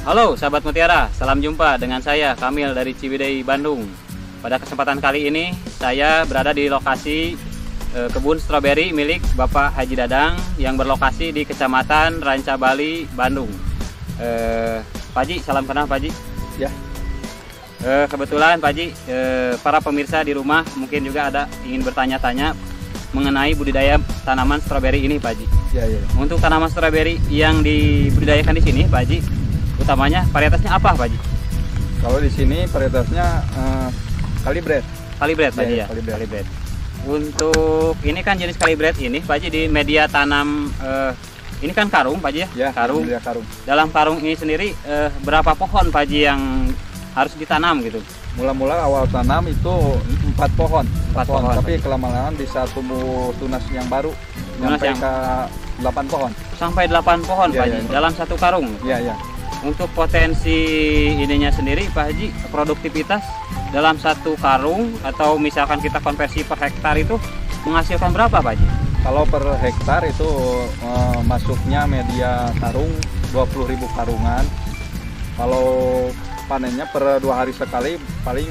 Halo sahabat Mutiara, salam jumpa dengan saya Kamil dari Ciwidey, Bandung. Pada kesempatan kali ini saya berada di lokasi kebun stroberi milik Bapak Haji Dadang yang berlokasi di Kecamatan Rancabali, Bandung. Pak Haji, salam kenal Pak Haji. Ya. Kebetulan Pak Haji, para pemirsa di rumah mungkin juga ada ingin bertanya-tanya mengenai budidaya tanaman stroberi ini Pak Haji. Ya. Untuk tanaman stroberi yang dibudidayakan di sini Pak Haji, utamanya varietasnya apa Pak Haji? Kalau di sini varietasnya Calibret. Calibret Pak Haji ya? Calibret. Untuk ini kan jenis Calibret ini Pak Haji di media tanam ini kan karung Pak Haji ya? Ya, karung. karung. Dalam karung ini sendiri berapa pohon Pak Haji yang harus ditanam gitu? Mula-mula awal tanam itu 4 pohon. 4 pohon. Tapi kelamaan bisa tumbuh tunas yang baru Tunas sampai yang ke 8 pohon. Sampai 8 pohon Ya, Pak Haji ya. dalam satu karung. Iya. Untuk potensi ininya sendiri Pak Haji, produktivitas dalam satu karung atau misalkan kita konversi per hektar itu menghasilkan berapa Pak Haji? Kalau per hektar itu masuknya media karung 20.000 karungan. Kalau panennya per 2 hari sekali paling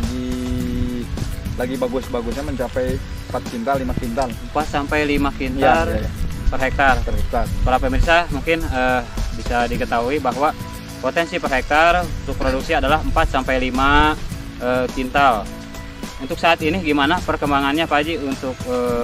lagi bagus-bagusnya mencapai 4 kintal 5 kintal. 4 sampai 5 kintal Ya. per hektar. Per hektar. Para pemirsa mungkin bisa diketahui bahwa potensi per hektar untuk produksi adalah 4 sampai 5 kintal. Untuk saat ini gimana perkembangannya Pak Haji untuk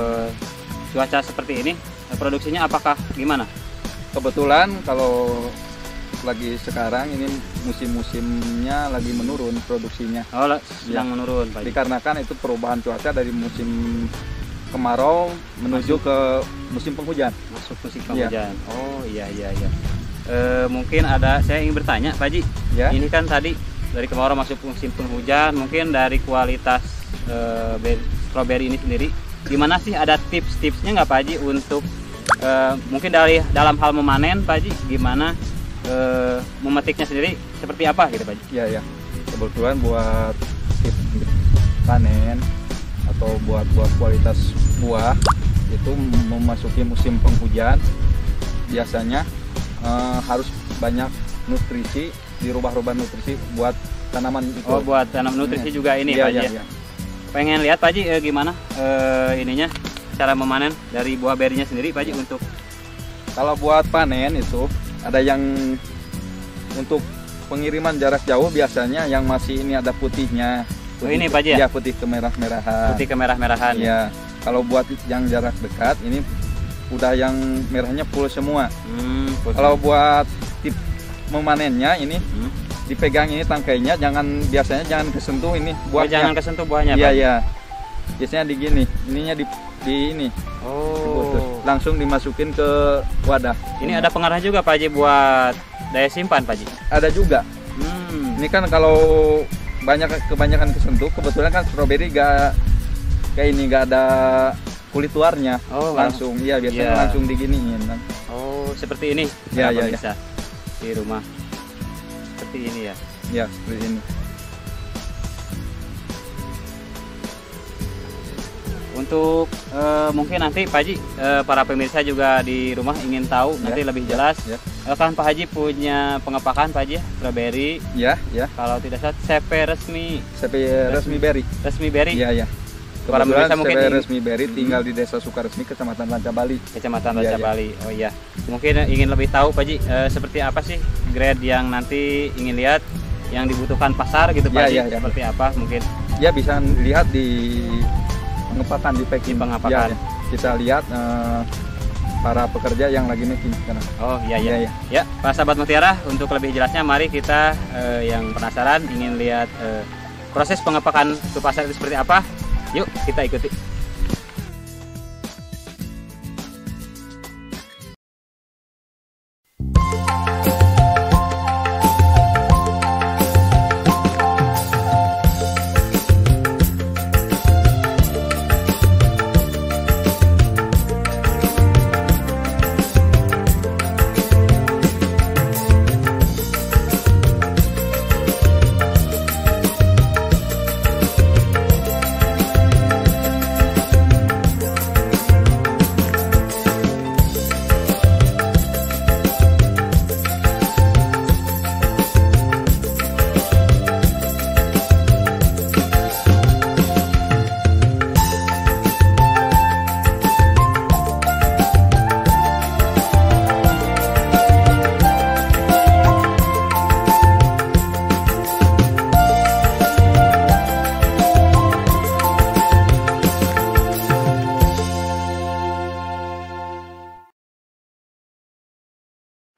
cuaca seperti ini? Produksinya apakah gimana? Kebetulan kalau lagi sekarang ini musim-musimnya lagi menurun produksinya. Oh, sedang menurun Pak Haji. Dikarenakan itu perubahan cuaca dari musim kemarau menuju ke musim penghujan. Masuk musim penghujan. Oh iya. Mungkin saya ingin bertanya Pak Haji. Ya. Ini kan tadi dari kemarau masuk musim penghujan, mungkin dari kualitas stroberi ini sendiri, gimana sih, ada tips-tipsnya nggak Pak Haji untuk mungkin dalam hal memanen Pak Haji, gimana memetiknya sendiri seperti apa gitu Pak Haji? Ya. Kebetulan buat tips panen atau buat kualitas buah itu memasuki musim penghujan biasanya harus banyak nutrisi, dirubah-rubah nutrisi buat tanaman itu. Oh, buat tanam nutrisi juga ini Pak Haji ya? Pengen lihat Pak Haji gimana ininya cara memanen dari buah berinya sendiri Pak Haji. Untuk kalau buat panen itu ada yang untuk pengiriman jarak jauh biasanya yang masih ini ada putihnya. Oh, ini Pak Haji ya? Ya, putih kemerah-merahan. Putih kemerah-merahan Ya. Kalau buat yang jarak dekat ini udah yang merahnya full semua. Kalau buat tip memanennya ini dipegang ini tangkainya, biasanya jangan kesentuh ini buahnya. Jangan kesentuh buahnya Pak. Iya. Biasanya di gini, ininya di ini. Oh. Langsung dimasukin ke wadah. Ini ada pengaruh juga Pak Haji buat daya simpan Pak Haji? Ada juga. Ini kan kalau kebanyakan kesentuh, kebetulan kan stroberi gak ada kulit luarnya. Oh, langsung. Iya, biasanya langsung diginiin. Oh, seperti ini. Ya. Bisa di rumah. Seperti ini ya. Ya, seperti ini. Untuk mungkin nanti Pak Haji, para pemirsa juga di rumah ingin tahu nanti lebih jelas. Kan Pak Haji punya pengepakan Pak Haji ya, stroberi. Ya. Kalau tidak salah CP Resmi Berry. Resmi Berry. Iya. Para pemirsa mungkin Resmi Berry tinggal di Desa Sukaresmi, Kecamatan Rancabali. Kecamatan Rancabali. Oh iya. Mungkin ingin lebih tahu Pak Haji seperti apa sih grade yang nanti ingin lihat, yang dibutuhkan pasar gitu Pak Haji. Seperti apa mungkin? Ya, bisa lihat di pengepakan, di packing. Pengepakan. Kita lihat para pekerja yang lagi making sekarang. Oh iya. Ya, Pak sahabat Mutiara, untuk lebih jelasnya mari kita yang penasaran ingin lihat proses pengepakan ke pasar itu seperti apa. Yuk kita ikuti.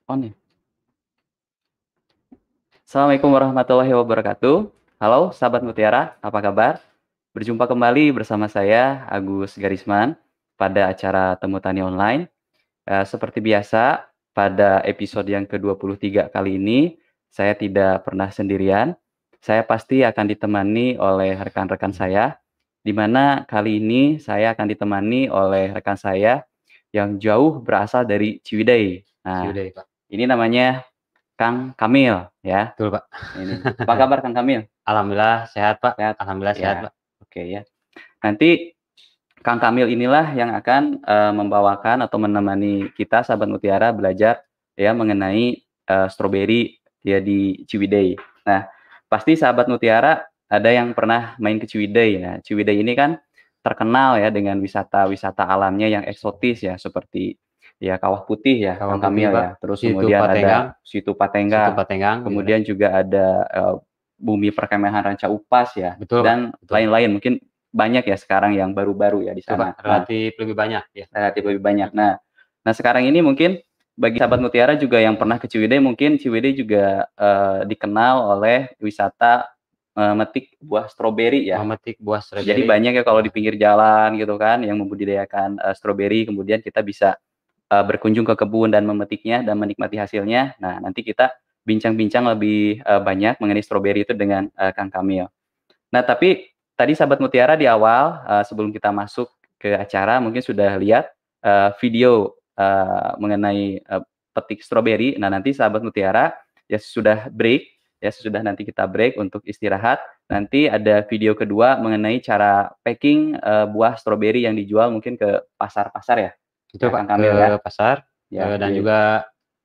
On ya. Assalamualaikum warahmatullahi wabarakatuh. Halo sahabat Mutiara, apa kabar? Berjumpa kembali bersama saya Agus Garisman pada acara Temu Tani Online. Seperti biasa, pada episode yang ke-23 kali ini saya tidak pernah sendirian. Saya pasti akan ditemani oleh rekan-rekan saya, di mana kali ini saya akan ditemani oleh rekan saya yang jauh berasal dari Ciwidey. Nah, Ciwidey, Pak. Ini namanya Kang Kamil ya. Betul, Pak. Ini. Apa kabar Kang Kamil? Alhamdulillah sehat, Pak. Sehat. Alhamdulillah Ya. sehat, Pak. Oke ya. Nanti Kang Kamil inilah yang akan membawakan atau menemani kita sahabat Mutiara belajar ya mengenai stroberi ya di Ciwidey. Nah, pasti sahabat Mutiara ada yang pernah main ke Ciwidey ya. Ciwidey ini kan terkenal ya dengan wisata-wisata alamnya yang eksotis ya, seperti ya Kawah Putih ya, Kang Kamil ya. Terus Situ kemudian Patenggang. ada Situ Patenggang. Kemudian juga ada Bumi Perkemahan Ranca Upas ya. Betul, dan lain-lain, mungkin banyak ya sekarang yang baru-baru ya di sana. Relatif lebih banyak ya. Relatif lebih banyak. Nah, sekarang ini mungkin bagi sahabat Mutiara juga yang pernah ke Ciwidey, mungkin Ciwidey juga dikenal oleh wisata memetik buah stroberi ya. Memetik buah stroberi. Jadi banyak ya kalau di pinggir jalan gitu kan yang membudidayakan stroberi, kemudian kita bisa berkunjung ke kebun dan memetiknya dan menikmati hasilnya. Nah, nanti kita bincang-bincang lebih banyak mengenai stroberi itu dengan Kang Kamil. Nah, tapi tadi sahabat Mutiara di awal sebelum kita masuk ke acara mungkin sudah lihat video mengenai petik stroberi. Nah, nanti sahabat Mutiara ya sudah break ya, sudah nanti kita break untuk istirahat. Nanti ada video kedua mengenai cara packing buah stroberi yang dijual mungkin ke pasar-pasar ya. Itu ya, Pak, Kamil, ke pasar ya, dan juga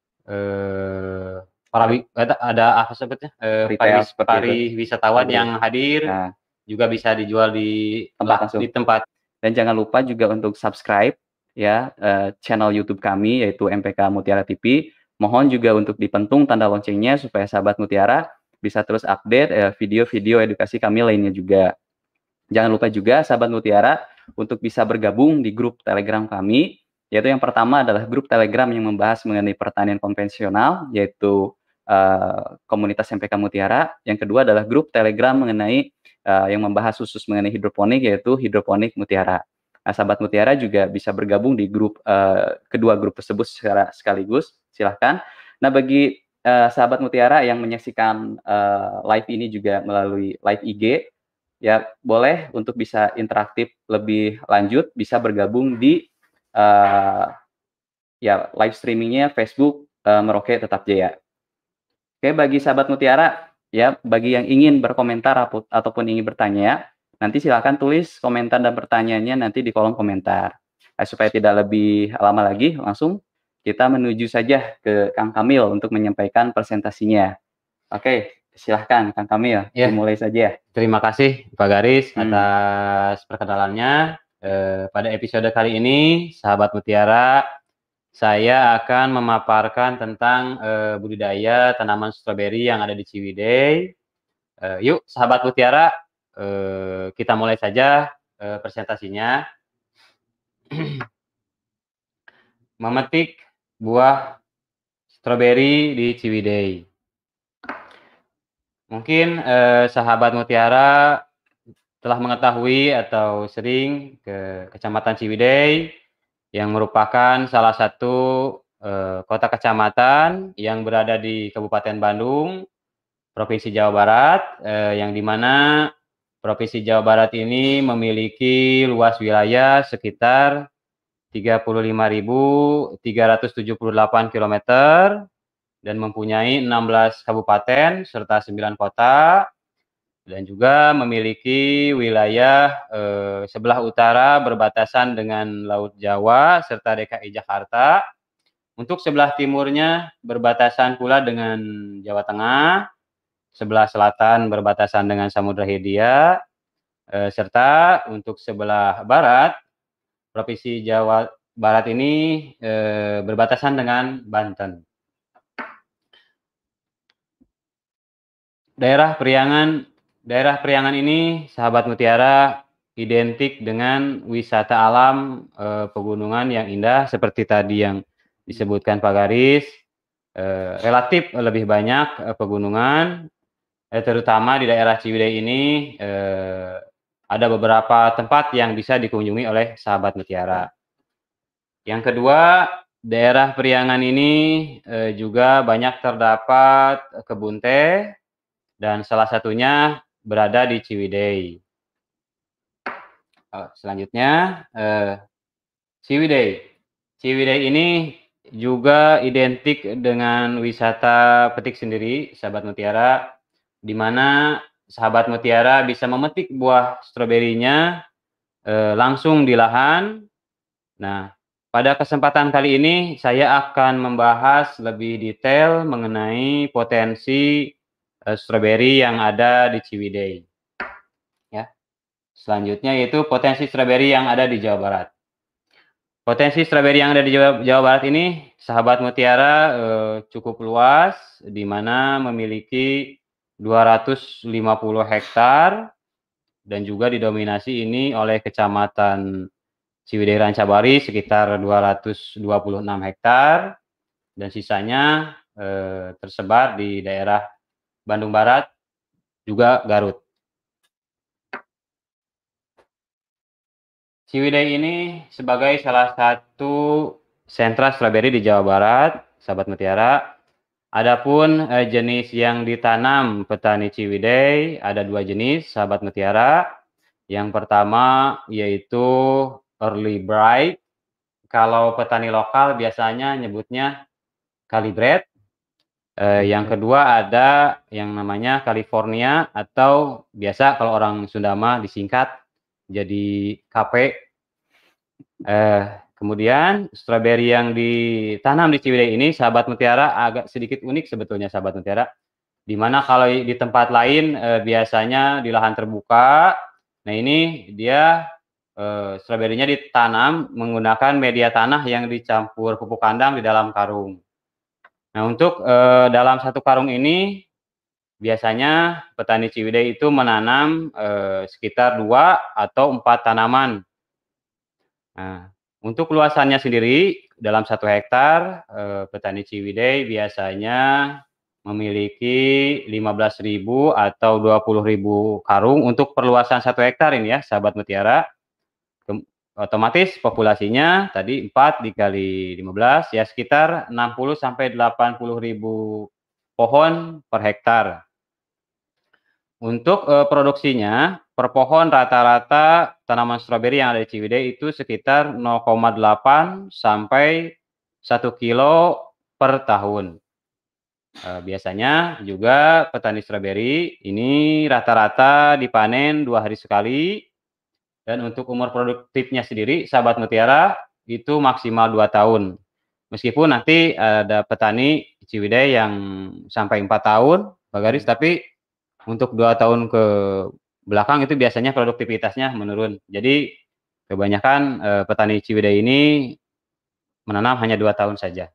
ada apa sebetulnya pariwisatawan yang hadir juga bisa dijual di tempat. Dan jangan lupa juga untuk subscribe ya channel YouTube kami yaitu MPK Mutiara TV. Mohon juga untuk dipentung tanda loncengnya supaya sahabat Mutiara bisa terus update video-video edukasi kami lainnya juga. Jangan lupa juga sahabat Mutiara untuk bisa bergabung di grup Telegram kami, yaitu yang pertama adalah grup Telegram yang membahas mengenai pertanian konvensional, yaitu komunitas MPK Mutiara. Yang kedua adalah grup Telegram mengenai yang membahas khusus mengenai hidroponik, yaitu Hidroponik Mutiara. Nah, sahabat Mutiara juga bisa bergabung di grup kedua grup tersebut secara sekaligus, silahkan. Nah, bagi sahabat Mutiara yang menyaksikan live ini juga melalui live IG, ya boleh untuk bisa interaktif lebih lanjut, bisa bergabung di ya live streamingnya Facebook Merauke Tetap Jaya. Oke, bagi sahabat Mutiara, ya bagi yang ingin berkomentar ataupun ingin bertanya, nanti silakan tulis komentar dan pertanyaannya nanti di kolom komentar. Supaya tidak lebih lama lagi, langsung kita menuju saja ke Kang Kamil untuk menyampaikan presentasinya. Oke, silahkan Kang Kamil, dimulai saja. Terima kasih Pak Garis atas perkenalannya. Pada episode kali ini, sahabat Mutiara, saya akan memaparkan tentang budidaya tanaman stroberi yang ada di Ciwidey. Yuk, sahabat Mutiara, kita mulai saja presentasinya. Memetik buah stroberi di Ciwidey. Mungkin sahabat Mutiara telah mengetahui atau sering ke Kecamatan Ciwidey, yang merupakan salah satu kota kecamatan yang berada di Kabupaten Bandung, Provinsi Jawa Barat, yang dimana Provinsi Jawa Barat ini memiliki luas wilayah sekitar 35.378 km dan mempunyai 16 kabupaten serta 9 kota, dan juga memiliki wilayah sebelah utara berbatasan dengan Laut Jawa serta DKI Jakarta. Untuk sebelah timurnya berbatasan pula dengan Jawa Tengah, sebelah selatan berbatasan dengan Samudra Hindia, serta untuk sebelah barat, Provinsi Jawa Barat ini berbatasan dengan Banten. Daerah Priangan ini, sahabat Mutiara, identik dengan wisata alam pegunungan yang indah seperti tadi yang disebutkan Pak Garis. relatif lebih banyak pegunungan, terutama di daerah Ciwidey ini ada beberapa tempat yang bisa dikunjungi oleh sahabat mutiara. Yang kedua, daerah Priangan ini juga banyak terdapat kebun teh dan salah satunya berada di Ciwidey. Selanjutnya, Ciwidey. Ciwidey ini juga identik dengan wisata petik sendiri, sahabat mutiara, di mana sahabat mutiara bisa memetik buah stroberinya langsung di lahan. Nah, pada kesempatan kali ini saya akan membahas lebih detail mengenai potensi stroberi yang ada di Ciwidey. Ya. Selanjutnya yaitu potensi stroberi yang ada di Jawa Barat. Potensi stroberi yang ada di Jawa Barat ini, sahabat mutiara, cukup luas, di mana memiliki 250 hektar dan juga didominasi ini oleh Kecamatan Ciwidey Rancabari sekitar 226 hektar dan sisanya tersebar di daerah Bandung Barat juga Garut. Ciwidey ini sebagai salah satu sentra stroberi di Jawa Barat, sahabat mutiara. Adapun jenis yang ditanam petani Ciwidey ada 2 jenis, sahabat mutiara. Yang pertama yaitu Early Bright. Kalau petani lokal biasanya nyebutnya Calibret. Yang kedua ada yang namanya California atau biasa kalau orang Sunda mah disingkat jadi KP. Kemudian stroberi yang ditanam di Ciwidey ini, sahabat mutiara, agak sedikit unik sebetulnya, sahabat mutiara. Di mana kalau di tempat lain biasanya di lahan terbuka. Nah ini dia stroberinya ditanam menggunakan media tanah yang dicampur pupuk kandang di dalam karung. Nah untuk dalam satu karung ini biasanya petani Ciwidey itu menanam sekitar 2 atau 4 tanaman. Nah, untuk luasannya sendiri dalam 1 hektar petani Ciwidey biasanya memiliki 15.000 atau 20.000 karung untuk perluasan 1 hektar ini ya, sahabat mutiara. Otomatis populasinya tadi 4 dikali 15 ya sekitar 60 sampai 80.000 pohon per hektar. Untuk produksinya per pohon rata-rata tanaman stroberi yang ada di Ciwidey itu sekitar 0,8 sampai 1 kilo per tahun. Biasanya juga petani stroberi ini rata-rata dipanen 2 hari sekali. Dan untuk umur produktifnya sendiri, sahabat mutiara, itu maksimal 2 tahun. Meskipun nanti ada petani Ciwidey yang sampai 4 tahun, Pak Garis, tapi untuk 2 tahun ke belakang itu biasanya produktivitasnya menurun. Jadi kebanyakan petani Ciwidey ini menanam hanya 2 tahun saja.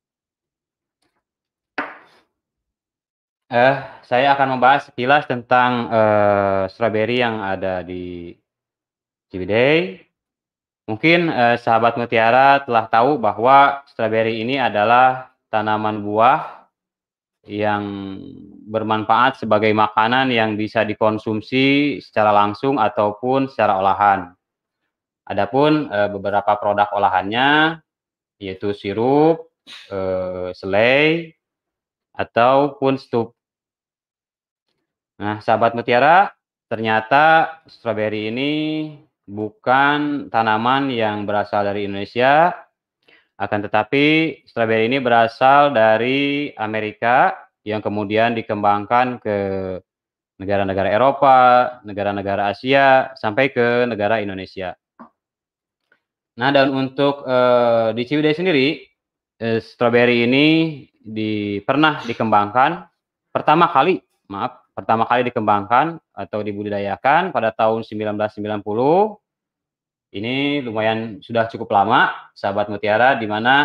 Saya akan membahas sekilas tentang stroberi yang ada di Ciwidey. Mungkin sahabat mutiara telah tahu bahwa stroberi ini adalah tanaman buah yang bermanfaat sebagai makanan yang bisa dikonsumsi secara langsung ataupun secara olahan. Adapun beberapa produk olahannya yaitu sirup, selai, ataupun stup. Nah, sahabat mutiara, ternyata stroberi ini bukan tanaman yang berasal dari Indonesia, akan tetapi stroberi ini berasal dari Amerika yang kemudian dikembangkan ke negara-negara Eropa, negara-negara Asia, sampai ke negara Indonesia. Nah, dan untuk di Ciwidey sendiri, stroberi ini pernah dikembangkan pertama kali dikembangkan atau dibudidayakan pada tahun 1990. Ini lumayan sudah cukup lama, sahabat mutiara, di mana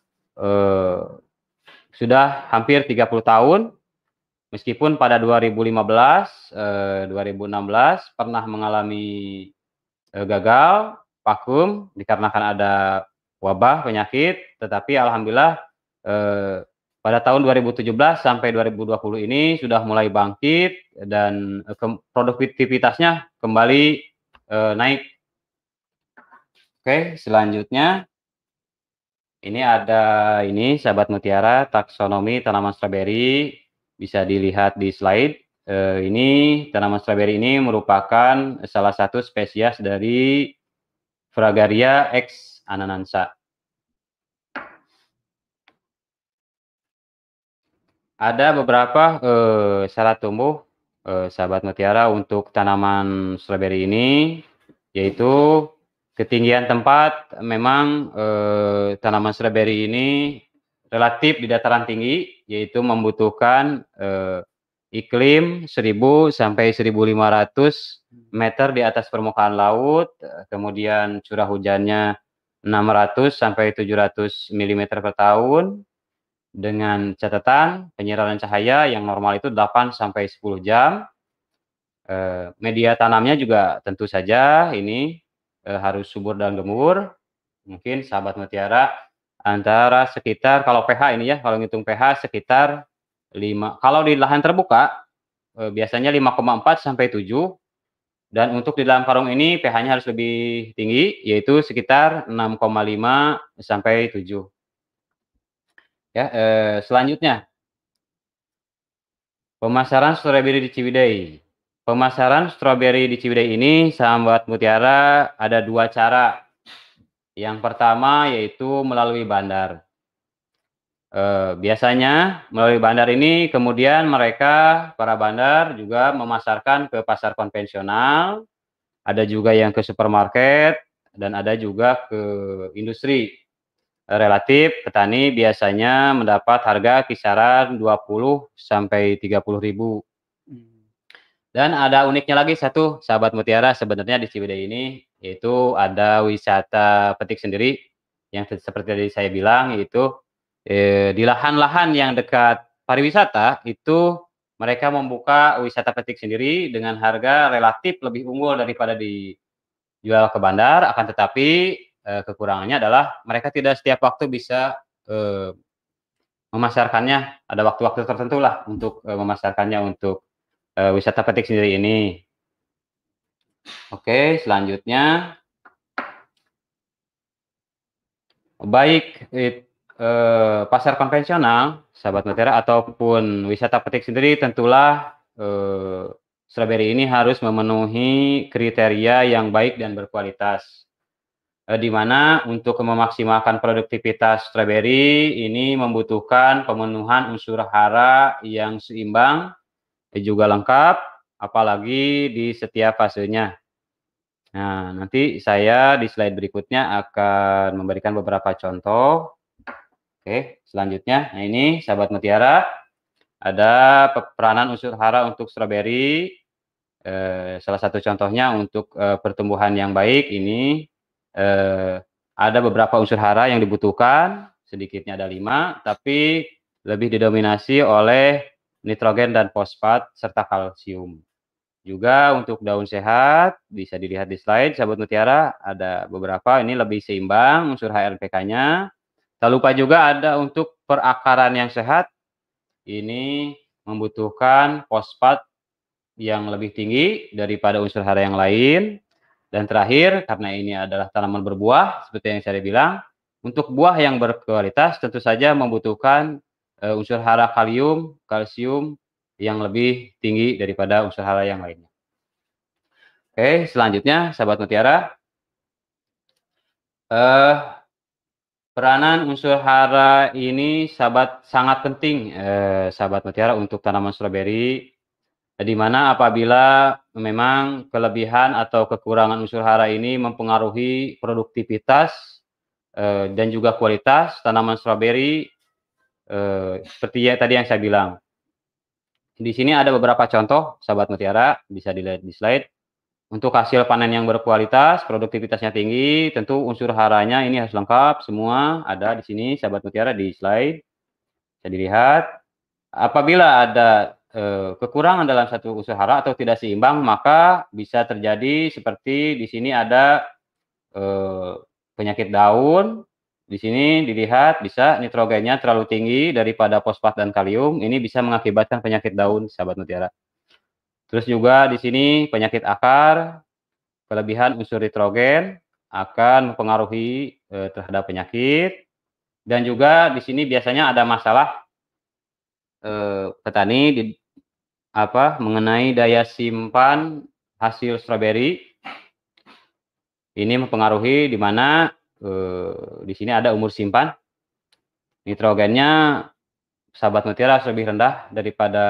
sudah hampir 30 tahun. Meskipun pada 2015, 2016 pernah mengalami gagal, vakum dikarenakan ada wabah penyakit, tetapi alhamdulillah pada tahun 2017 sampai 2020 ini sudah mulai bangkit dan produktivitasnya kembali naik. Oke, selanjutnya ini ada ini sahabat mutiara taksonomi tanaman stroberi, bisa dilihat di slide. Ini tanaman stroberi ini merupakan salah satu spesies dari Fragaria X ananansa. Ada beberapa syarat tumbuh sahabat mutiara untuk tanaman stroberi ini, yaitu ketinggian tempat. Memang tanaman stroberi ini relatif di dataran tinggi, yaitu membutuhkan iklim 1000 sampai 1500 meter di atas permukaan laut, kemudian curah hujannya 600 sampai 700 mm per tahun, dengan catatan penyiraman cahaya yang normal itu 8 sampai 10 jam. Media tanamnya juga tentu saja ini harus subur dan gembur. Mungkin sahabat mutiara antara sekitar, kalau pH ini ya, kalau ngitung pH sekitar 5, kalau di lahan terbuka biasanya 5,4 sampai 7, dan untuk di dalam karung ini pH-nya harus lebih tinggi, yaitu sekitar 6,5 sampai 7. Ya, selanjutnya pemasaran stroberi di Ciwidey. Pemasaran stroberi di Ciwidey ini sahabat mutiara ada 2 cara. Yang pertama yaitu melalui bandar. Biasanya melalui bandar ini kemudian mereka, para bandar juga memasarkan ke pasar konvensional, ada juga yang ke supermarket, dan ada juga ke industri. Relatif petani biasanya mendapat harga kisaran 20 sampai 30.000. Dan ada uniknya lagi satu sahabat mutiara sebenarnya di Ciwidey ini, yaitu ada wisata petik sendiri yang seperti tadi saya bilang, yaitu di lahan-lahan yang dekat pariwisata itu mereka membuka wisata petik sendiri dengan harga relatif lebih unggul daripada dijual ke bandar, akan tetapi kekurangannya adalah mereka tidak setiap waktu bisa memasarkannya. Ada waktu-waktu tertentu lah untuk memasarkannya untuk wisata petik sendiri ini. Oke, selanjutnya baik pasar konvensional sahabat mutiara ataupun wisata petik sendiri, tentulah stroberi ini harus memenuhi kriteria yang baik dan berkualitas. Di mana untuk memaksimalkan produktivitas stroberi ini membutuhkan pemenuhan unsur hara yang seimbang, juga lengkap, apalagi di setiap fasenya. Nah, nanti saya di slide berikutnya akan memberikan beberapa contoh. Oke, selanjutnya, nah ini sahabat mutiara, ada peranan unsur hara untuk stroberi. Salah satu contohnya untuk pertumbuhan yang baik ini, ada beberapa unsur hara yang dibutuhkan, sedikitnya ada 5, tapi lebih didominasi oleh nitrogen dan fosfat serta kalsium. Juga untuk daun sehat, bisa dilihat di slide sahabat mutiara, ada beberapa ini lebih seimbang unsur HRPK-nya. Tak lupa juga ada untuk perakaran yang sehat, ini membutuhkan fosfat yang lebih tinggi daripada unsur hara yang lain. Dan terakhir, karena ini adalah tanaman berbuah, seperti yang saya bilang, untuk buah yang berkualitas tentu saja membutuhkan unsur hara kalium, kalsium yang lebih tinggi daripada unsur hara yang lainnya. Oke, selanjutnya sahabat mutiara, peranan unsur hara ini sangat penting sahabat mutiara untuk tanaman stroberi, di mana apabila memang kelebihan atau kekurangan unsur hara ini mempengaruhi produktivitas dan juga kualitas tanaman stroberi, seperti tadi yang saya bilang. Di sini ada beberapa contoh sahabat mutiara, bisa dilihat di slide. Untuk hasil panen yang berkualitas, produktivitasnya tinggi, tentu unsur haranya ini harus lengkap semua, ada di sini sahabat mutiara di slide. Bisa dilihat. Apabila ada kekurangan dalam satu unsur hara atau tidak seimbang, maka bisa terjadi seperti di sini ada penyakit daun, di sini dilihat bisa nitrogennya terlalu tinggi daripada fosfat dan kalium, ini bisa mengakibatkan penyakit daun, sahabat mutiara. Terus juga di sini penyakit akar, kelebihan unsur nitrogen akan mempengaruhi terhadap penyakit, dan juga di sini biasanya ada masalah petani mengenai daya simpan hasil stroberi. Ini mempengaruhi di mana di sini ada umur simpan. Nitrogennya, sahabat mutiara, lebih rendah daripada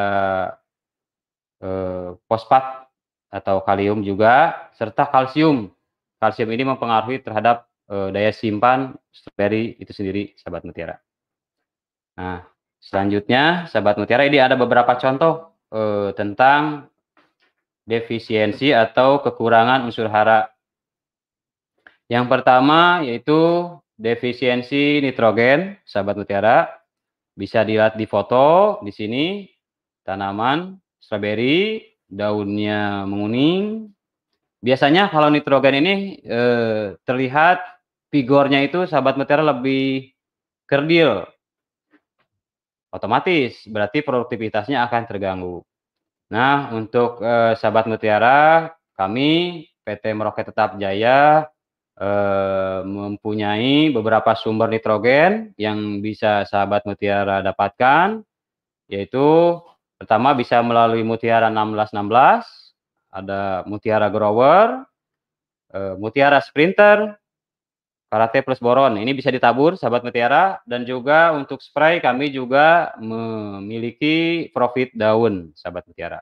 fosfat atau kalium juga, serta kalsium. Kalsium ini mempengaruhi terhadap daya simpan stroberi itu sendiri, sahabat mutiara. Nah, selanjutnya, sahabat mutiara, ini ada beberapa contoh tentang defisiensi atau kekurangan unsur hara. Yang pertama yaitu defisiensi nitrogen, sahabat mutiara. Bisa dilihat di foto di sini, tanaman stroberi, daunnya menguning. Biasanya kalau nitrogen ini terlihat vigornya itu, sahabat mutiara, lebih kerdil. Otomatis berarti produktivitasnya akan terganggu. Nah, untuk sahabat mutiara, kami PT Merauke Tetap Jaya mempunyai beberapa sumber nitrogen yang bisa sahabat mutiara dapatkan, yaitu pertama bisa melalui Mutiara 1616, ada Mutiara Grower, Mutiara Sprinter, Karate Plus Boron. Ini bisa ditabur, sahabat mutiara, dan juga untuk spray kami juga memiliki Profit Daun, sahabat mutiara.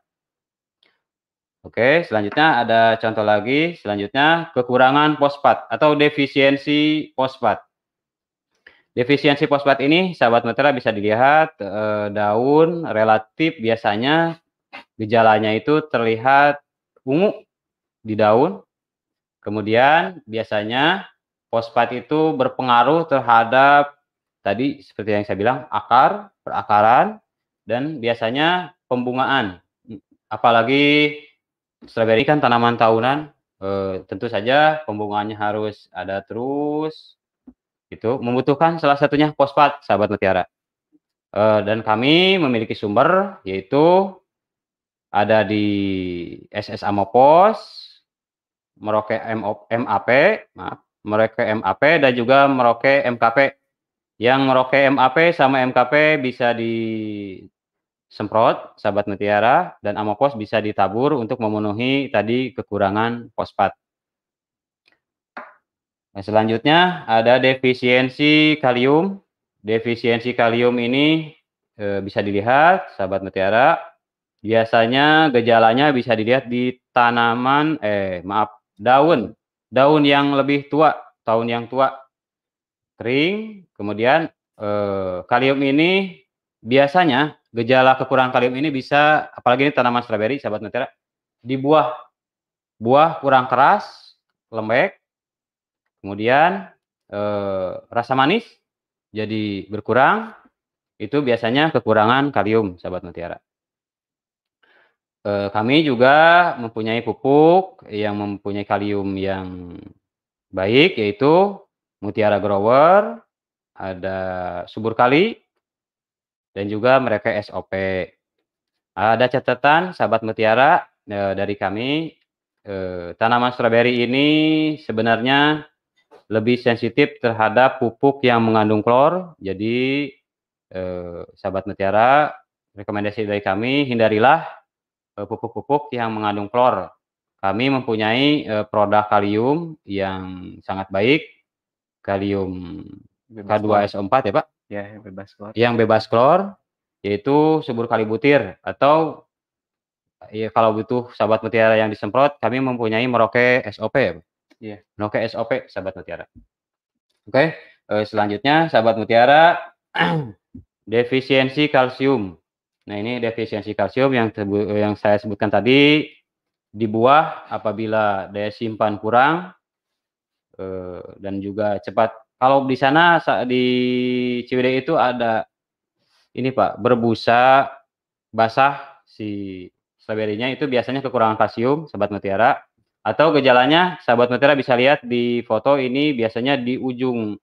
Oke, selanjutnya ada contoh lagi. Selanjutnya kekurangan fosfat atau defisiensi fosfat. Defisiensi fosfat ini, sahabat mutiara, bisa dilihat daun relatif biasanya gejalanya itu terlihat ungu di daun. Kemudian biasanya fosfat itu berpengaruh terhadap tadi seperti yang saya bilang, akar, perakaran, dan biasanya pembungaan. Apalagi stroberi kan tanaman tahunan, tentu saja pembungaannya harus ada terus. Itu membutuhkan salah satunya fosfat, sahabat mutiara. Dan kami memiliki sumber, yaitu ada di SS Amopos, Merauke MAP, Merauke MAP, dan juga Merauke MKP. Yang Merauke MAP sama MKP bisa disemprot, sahabat mutiara, dan Amopos bisa ditabur untuk memenuhi tadi kekurangan fosfat. Nah, selanjutnya ada defisiensi kalium. Defisiensi kalium ini bisa dilihat, sahabat mutiara. Biasanya gejalanya bisa dilihat di tanaman, daun yang lebih tua, daun yang tua, kering. Kemudian kalium ini biasanya gejala kekurangan kalium ini bisa, apalagi ini tanaman stroberi, sahabat mutiara, di buah kurang keras, lembek. Kemudian rasa manis jadi berkurang. Itu biasanya kekurangan kalium, sahabat mutiara. Kami juga mempunyai pupuk yang mempunyai kalium yang baik, yaitu Mutiara Grower, ada Subur Kali, dan juga mereka SOP. Ada catatan, sahabat mutiara, dari kami, tanaman stroberi ini sebenarnya lebih sensitif terhadap pupuk yang mengandung klor. Jadi sahabat mutiara, rekomendasi dari kami, hindarilah pupuk-pupuk yang mengandung klor. Kami mempunyai produk kalium yang sangat baik, kalium K2SO4 ya Pak? Ya, yang bebas klor. Yang bebas klor, yaitu Subur Kali Butir, atau ya kalau butuh sahabat mutiara yang disemprot, kami mempunyai Merauke SOP ya Pak? Iya. Merauke SOP, sahabat mutiara. Oke, selanjutnya sahabat mutiara, defisiensi kalsium. Nah, ini defisiensi kalsium yang saya sebutkan tadi di buah apabila daya simpan kurang dan juga cepat. Kalau di sana di Ciwidey itu ada ini Pak, berbusa basah si stroberinya, itu biasanya kekurangan kalsium, sahabat mutiara. Atau gejalanya, sahabat mutiara bisa lihat di foto ini, biasanya di ujung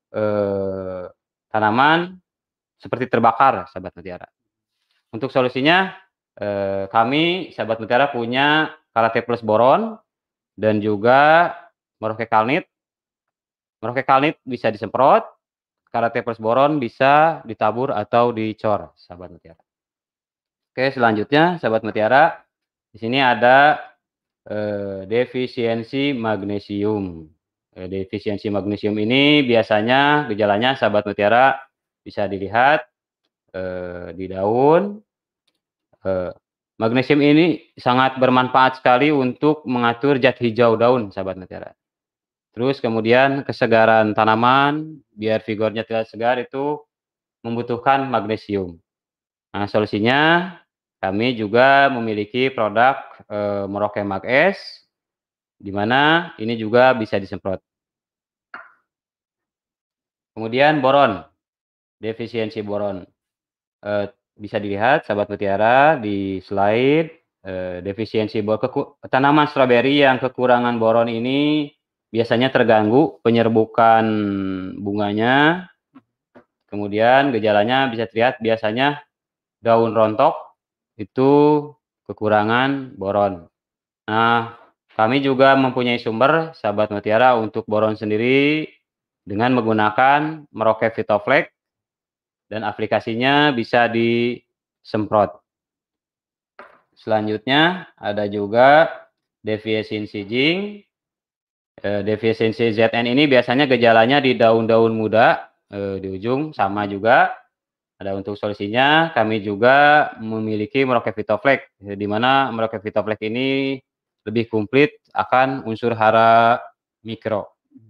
tanaman seperti terbakar, sahabat mutiara. Untuk solusinya, kami sahabat mutiara punya Karate Plus Boron dan juga Merauke Kalnit. Merauke Kalnit bisa disemprot, Karate Plus Boron bisa ditabur atau dicor, sahabat mutiara. Oke, selanjutnya sahabat mutiara, di sini ada defisiensi magnesium. Defisiensi magnesium ini biasanya gejalanya sahabat mutiara bisa dilihat di daun. Magnesium ini sangat bermanfaat sekali untuk mengatur zat hijau daun, sahabat mutiara. Terus kemudian kesegaran tanaman, biar vigornya tidak segar itu membutuhkan magnesium. Nah, solusinya kami juga memiliki produk Merauke Mag S, di mana ini juga bisa disemprot. Kemudian boron, defisiensi boron. Bisa dilihat sahabat mutiara di slide, defisiensi boron. Tanaman stroberi yang kekurangan boron ini biasanya terganggu penyerbukan bunganya. Kemudian gejalanya bisa terlihat biasanya daun rontok itu kekurangan boron. Nah, kami juga mempunyai sumber sahabat mutiara untuk boron sendiri dengan menggunakan Merauke Vitoflex dan aplikasinya bisa disemprot. Selanjutnya ada juga defisiensi zinc. Defisiensi Zn ini biasanya gejalanya di daun-daun muda, di ujung sama juga. Ada untuk solusinya kami juga memiliki Merauke Vitoflex, di mana Merauke Vitoflex ini lebih komplit akan unsur hara mikro.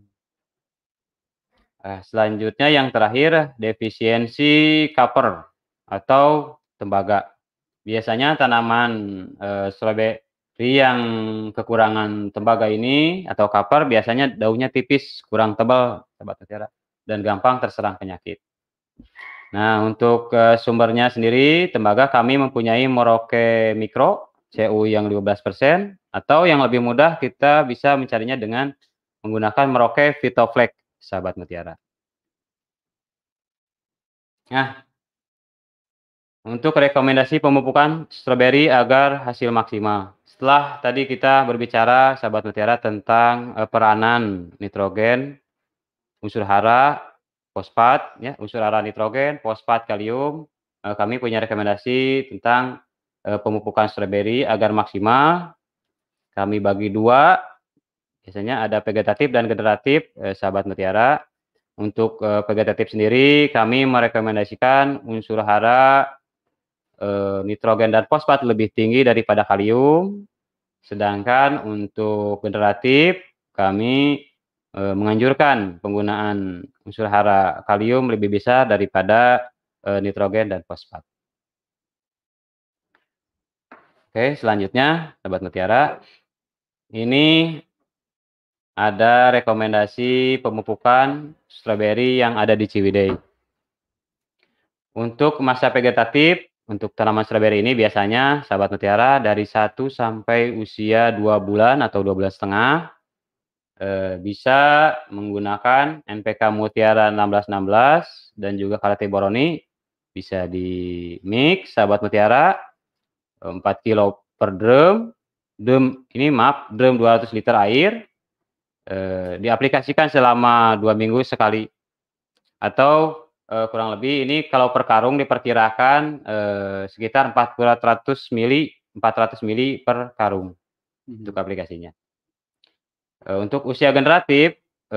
Selanjutnya yang terakhir defisiensi copper atau tembaga. Biasanya tanaman stroberi yang kekurangan tembaga ini atau copper biasanya daunnya tipis, kurang tebal, sahabat mutiara, dan gampang terserang penyakit. Nah, untuk sumbernya sendiri tembaga kami mempunyai Merauke Mikro CU yang 15%, atau yang lebih mudah kita bisa mencarinya dengan menggunakan Merauke Vitoflex, sahabat mutiara. Nah, untuk rekomendasi pemupukan stroberi agar hasil maksimal. Setelah tadi kita berbicara sahabat mutiara tentang peranan nitrogen, unsur hara, fosfat, ya, unsur hara nitrogen, fosfat, kalium, kami punya rekomendasi tentang pemupukan stroberi agar maksimal. Kami bagi dua, biasanya ada vegetatif dan generatif, sahabat mutiara. Untuk vegetatif sendiri kami merekomendasikan unsur hara nitrogen dan fosfat lebih tinggi daripada kalium, sedangkan untuk generatif kami menganjurkan penggunaan unsur hara kalium lebih besar daripada nitrogen dan fosfat. Oke, selanjutnya sahabat mutiara, ini ada rekomendasi pemupukan stroberi yang ada di Ciwidey. Untuk masa vegetatif, untuk tanaman stroberi ini biasanya sahabat mutiara dari 1 sampai usia 2 bulan atau 2 bulan setengah, bisa menggunakan NPK Mutiara 1616 dan juga Karate Boroni, bisa di mix sahabat mutiara, 4 kilo per drum drum 200 liter air, diaplikasikan selama 2 minggu sekali, atau kurang lebih ini kalau per karung diperkirakan sekitar 400 mili per karung untuk aplikasinya. Untuk usia generatif,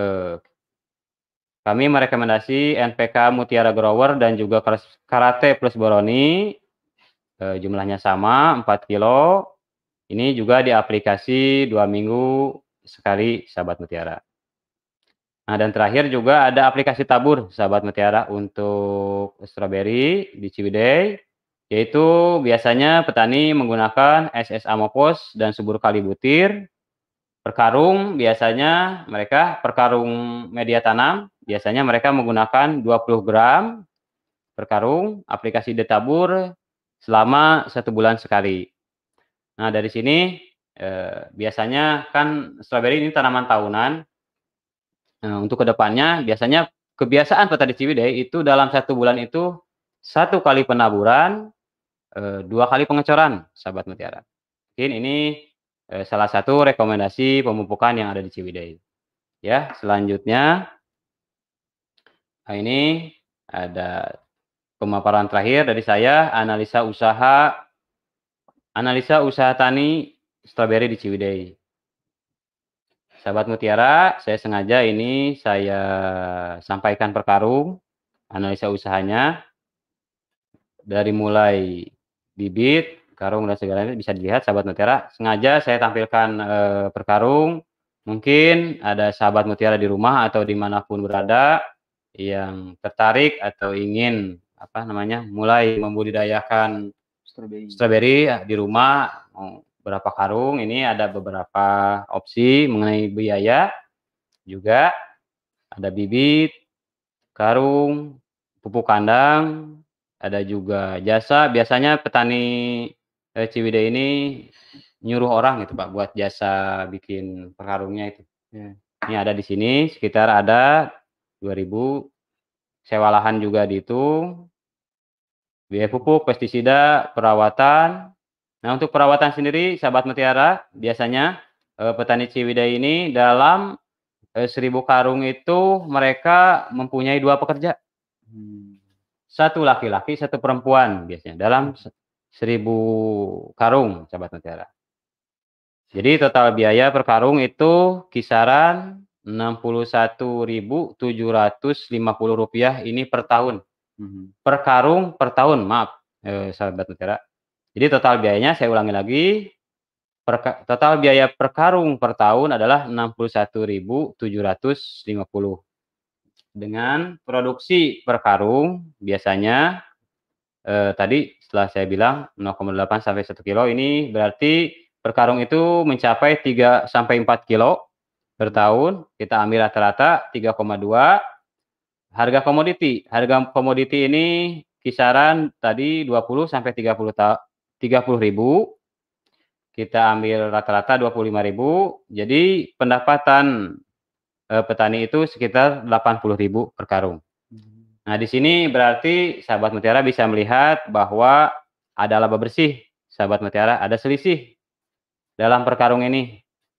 kami merekomendasi NPK Mutiara Grower dan juga Karate Plus Boroni, jumlahnya sama 4 kilo. Ini juga diaplikasi 2 minggu sekali, sahabat mutiara. Nah, dan terakhir juga ada aplikasi tabur, sahabat mutiara, untuk stroberi di Ciwidey, yaitu biasanya petani menggunakan SS Amopos dan subur kali butir. Per karung biasanya mereka, per karung media tanam, biasanya mereka menggunakan 20 gram per karung, aplikasi ditabur selama 1 bulan sekali. Nah, dari sini biasanya kan stroberi ini tanaman tahunan. Untuk kedepannya biasanya kebiasaan petani Ciwidey itu dalam 1 bulan itu 1 kali penaburan, 2 kali pengecoran, sahabat mutiara. Mungkin ini salah satu rekomendasi pemupukan yang ada di Ciwidey. Ya, selanjutnya, nah ini ada pemaparan terakhir dari saya, analisa usaha tani stroberi di Ciwidey. Sahabat mutiara, saya sengaja ini saya sampaikan per karung, analisa usahanya, dari mulai bibit, karung, dan segalanya bisa dilihat sahabat mutiara. Sengaja saya tampilkan per karung, mungkin ada sahabat mutiara di rumah atau dimanapun berada yang tertarik atau ingin mulai membudidayakan stroberi di rumah. Berapa karung, ini ada beberapa opsi mengenai biaya, juga ada bibit, karung, pupuk kandang, ada juga jasa. Biasanya petani Ciwidey ini nyuruh orang gitu Pak buat jasa bikin per karungnya itu. Ini ada di sini sekitar ada 2.000, sewa lahan juga dihitung, biaya pupuk, pestisida, perawatan. Nah, untuk perawatan sendiri, sahabat mutiara, biasanya petani Ciwidey ini dalam 1.000 karung itu mereka mempunyai 2 pekerja. 1 laki-laki, 1 perempuan biasanya dalam 1.000 karung, sahabat mutiara. Jadi total biaya per karung itu kisaran Rp61.750 ini per tahun. Per karung per tahun, maaf sahabat mutiara. Jadi total biayanya, saya ulangi lagi, total biaya per karung per tahun adalah Rp61.750. Dengan produksi per karung, biasanya tadi setelah saya bilang 0,8 sampai 1 kilo, ini berarti per karung itu mencapai 3 sampai 4 kilo per tahun. Kita ambil rata-rata 3,2. Harga komoditi ini kisaran tadi 20 sampai 30.000. Kita ambil rata-rata 25.000. Jadi pendapatan petani itu sekitar 80.000 per karung. Nah, di sini berarti sahabat mutiara bisa melihat bahwa ada laba bersih, sahabat mutiara, ada selisih dalam per karung ini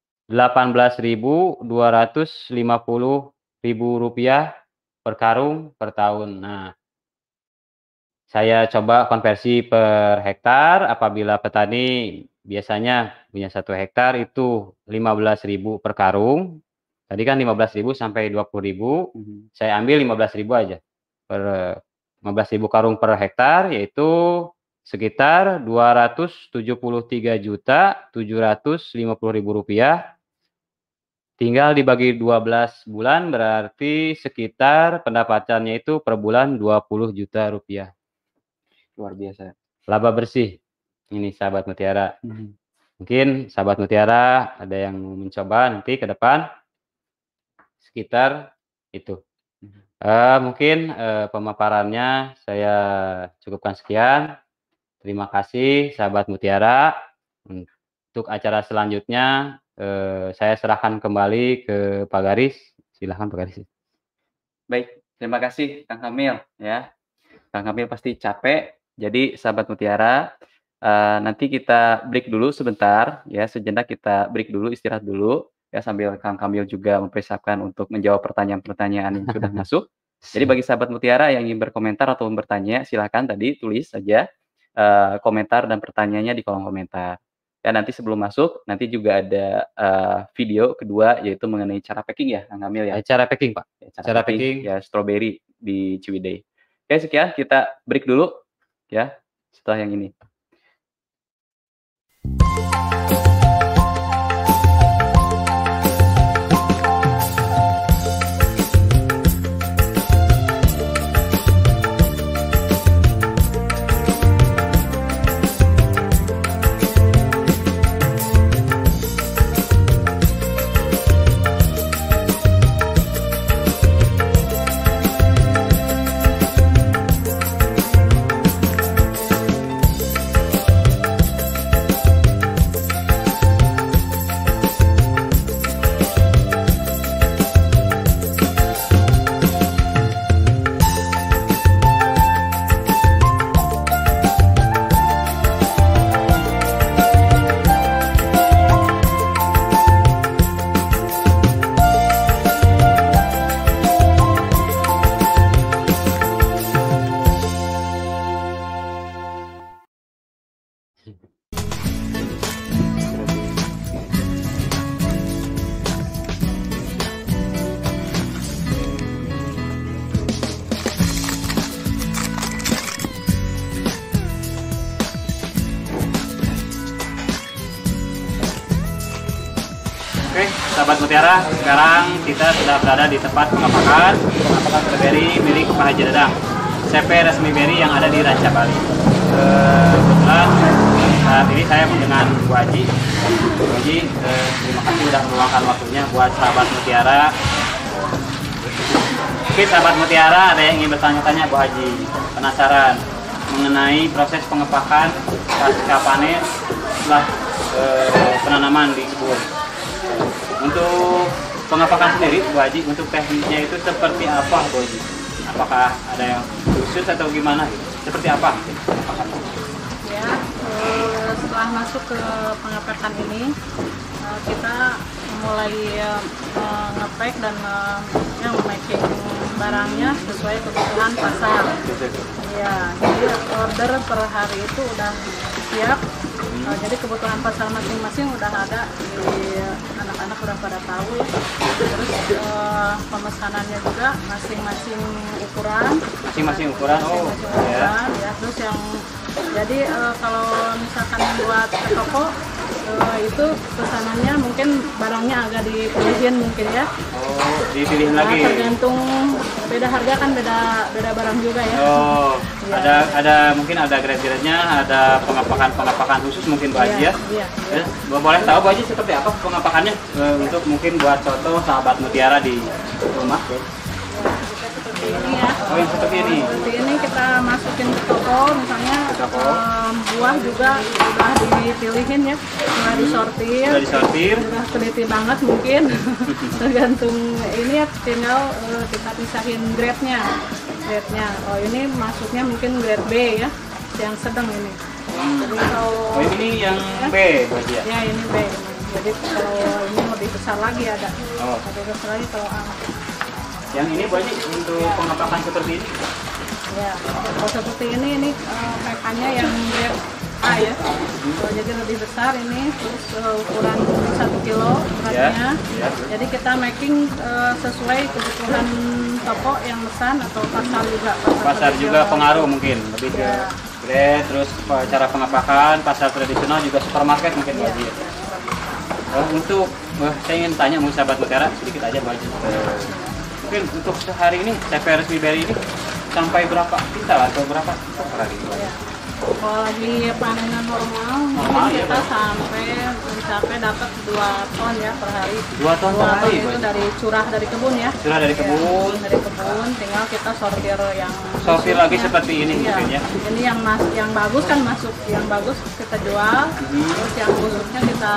Rp18.250.000 per karung per tahun. Nah, saya coba konversi per hektar. Apabila petani biasanya punya 1 hektar itu 15.000 per karung. Tadi kan 15.000 sampai 20.000. Saya ambil 15.000 aja. Per 15.000 karung per hektar, yaitu sekitar Rp273.750.000. Tinggal dibagi 12 bulan, berarti sekitar pendapatannya itu per bulan Rp20 juta. Luar biasa. Laba bersih. Ini sahabat mutiara. Mungkin sahabat mutiara ada yang mau mencoba nanti ke depan. Sekitar itu. Mungkin pemaparannya saya cukupkan sekian. Terima kasih sahabat mutiara. Untuk acara selanjutnya saya serahkan kembali ke Pak Garis. Silahkan Pak Garis. Baik, terima kasih Kang Kamil ya. Kang Kamil pasti capek. Jadi sahabat mutiara, nanti kita break dulu sebentar ya, sejenak kita break dulu, istirahat dulu ya, sambil Kang Kamil juga mempersiapkan untuk menjawab pertanyaan-pertanyaan yang sudah masuk. Jadi bagi sahabat mutiara yang ingin berkomentar atau bertanya, silakan tadi tulis saja komentar dan pertanyaannya di kolom komentar. Ya, nanti sebelum masuk, nanti juga ada video kedua, yaitu mengenai cara packing ya, Kang Kamil ya. Cara packing Pak. Cara packing ya stroberi di Ciwidey. Oke, sekian, kita break dulu ya setelah yang ini. sahabat Mutiara, sekarang kita sudah berada di tempat pengapakan stroberi milik Pak Haji Dadang, CP resmi beri yang ada di Ranca Bali. Kebetulan saat ini saya dengan Bu Haji. Bu Haji, terima kasih sudah meluangkan waktunya buat sahabat Mutiara. Mungkin sahabat Mutiara ada yang ingin bertanya-tanya Bu Haji, penasaran mengenai proses pengepakan pasca panen setelah penanaman di kebun. Untuk pengepakan sendiri Bu Haji, untuk tekniknya itu seperti apa Bu Haji? Apakah ada yang khusus atau gimana? Seperti apa pengepakannya? Ya, setelah masuk ke pengepakan ini kita mulai nge-pack dan nge-packing barangnya sesuai kebutuhan pasar. Ya, jadi order per hari itu udah siap. Jadi kebutuhan pasar masing-masing udah ada, di anak-anak udah pada tahu ya. Terus pemesanannya juga masing-masing ukuran. Masing-masing ukuran. Oh, ukuran, ya. Terus yang jadi kalau misalkan buat ke toko itu pesanannya mungkin barangnya agak dipilihin mungkin ya. Oh, dipilihin lagi. Tergantung beda harga kan, beda barang juga ya. Oh, ya. ada mungkin ada grade-grade-nya, ada pengapakan khusus mungkin Bu Haji ya. Iya. Terus boleh tahu Bu Haji seperti apa pengapakannya untuk mungkin buat contoh sahabat Mutiara di rumah? Seperti ini ya. Oh, yang seperti ini. Seperti ini kita masukin ke toko, misalnya buah juga sudah dipilihin ya, sudah disortir. Sudah disortir. Sudah teliti banget mungkin. Tergantung ini ya, tinggal kita pisahin grade-nya. Oh, ini masuknya mungkin grade B ya, yang sedang ini. Jadi kalau ini yang B Bu Haji ya? Ya, ini B. Jadi kalau ini lebih besar lagi ada. Oh. Lebih besar lagi kalau A. Yang ini Bu Haji untuk pengapakan seperti ini? Ya, kalau seperti ini pakannya yang grade A ya. Jadi lebih besar ini, terus ukuran 1 kilo beratnya. Ya. Jadi kita making sesuai kebutuhan toko yang pesan atau pasar juga. Pasar juga pengaruh mungkin lebih ke grade, terus cara pengapakan pasar tradisional juga supermarket mungkin Bu Haji. Untuk saya ingin tanya mau sahabat Mutiara sedikit aja Bu Haji. Mungkin untuk sehari ini CP resmi beri ini sampai berapa kintal atau berapa per hari? Kalau lagi panenan normal mungkin kita sampai mencapai dapat 2 ton ya per hari. 2 ton per hari itu dari curah dari kebun ya. Curah dari kebun. Ya, dari kebun, tinggal kita sortir yang sortir lagi seperti ini ya. mungkin ya. Ini yang bagus kan masuk, yang bagus kita jual. Terus yang busuknya kita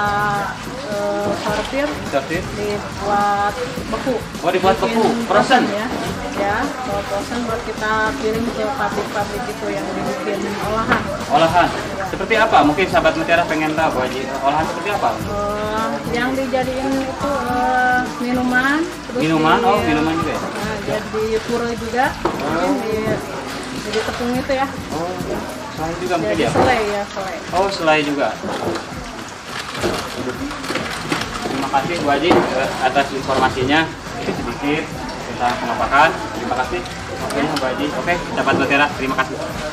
sortir, dibuat beku. Oh, dibuat beku, frozen ya. Ya, kalau frozen buat kita kirim ke pabrik-pabrik itu yang dibikin olahan. Seperti apa? Mungkin sahabat Mutiara pengen tahu Bu Haji, olahan seperti apa? Yang dijadiin itu minuman. Terus minuman juga ya? Jadi pura juga. Jadi tepung itu ya. Oh, selai juga mungkin ya? Selai ya, selai. Oh, selai juga. Terima kasih Bu Haji atas informasinya. Ini sedikit tentang pengapakan. Terima kasih. Bu Haji. Oke, sahabat Mutiara, terima kasih.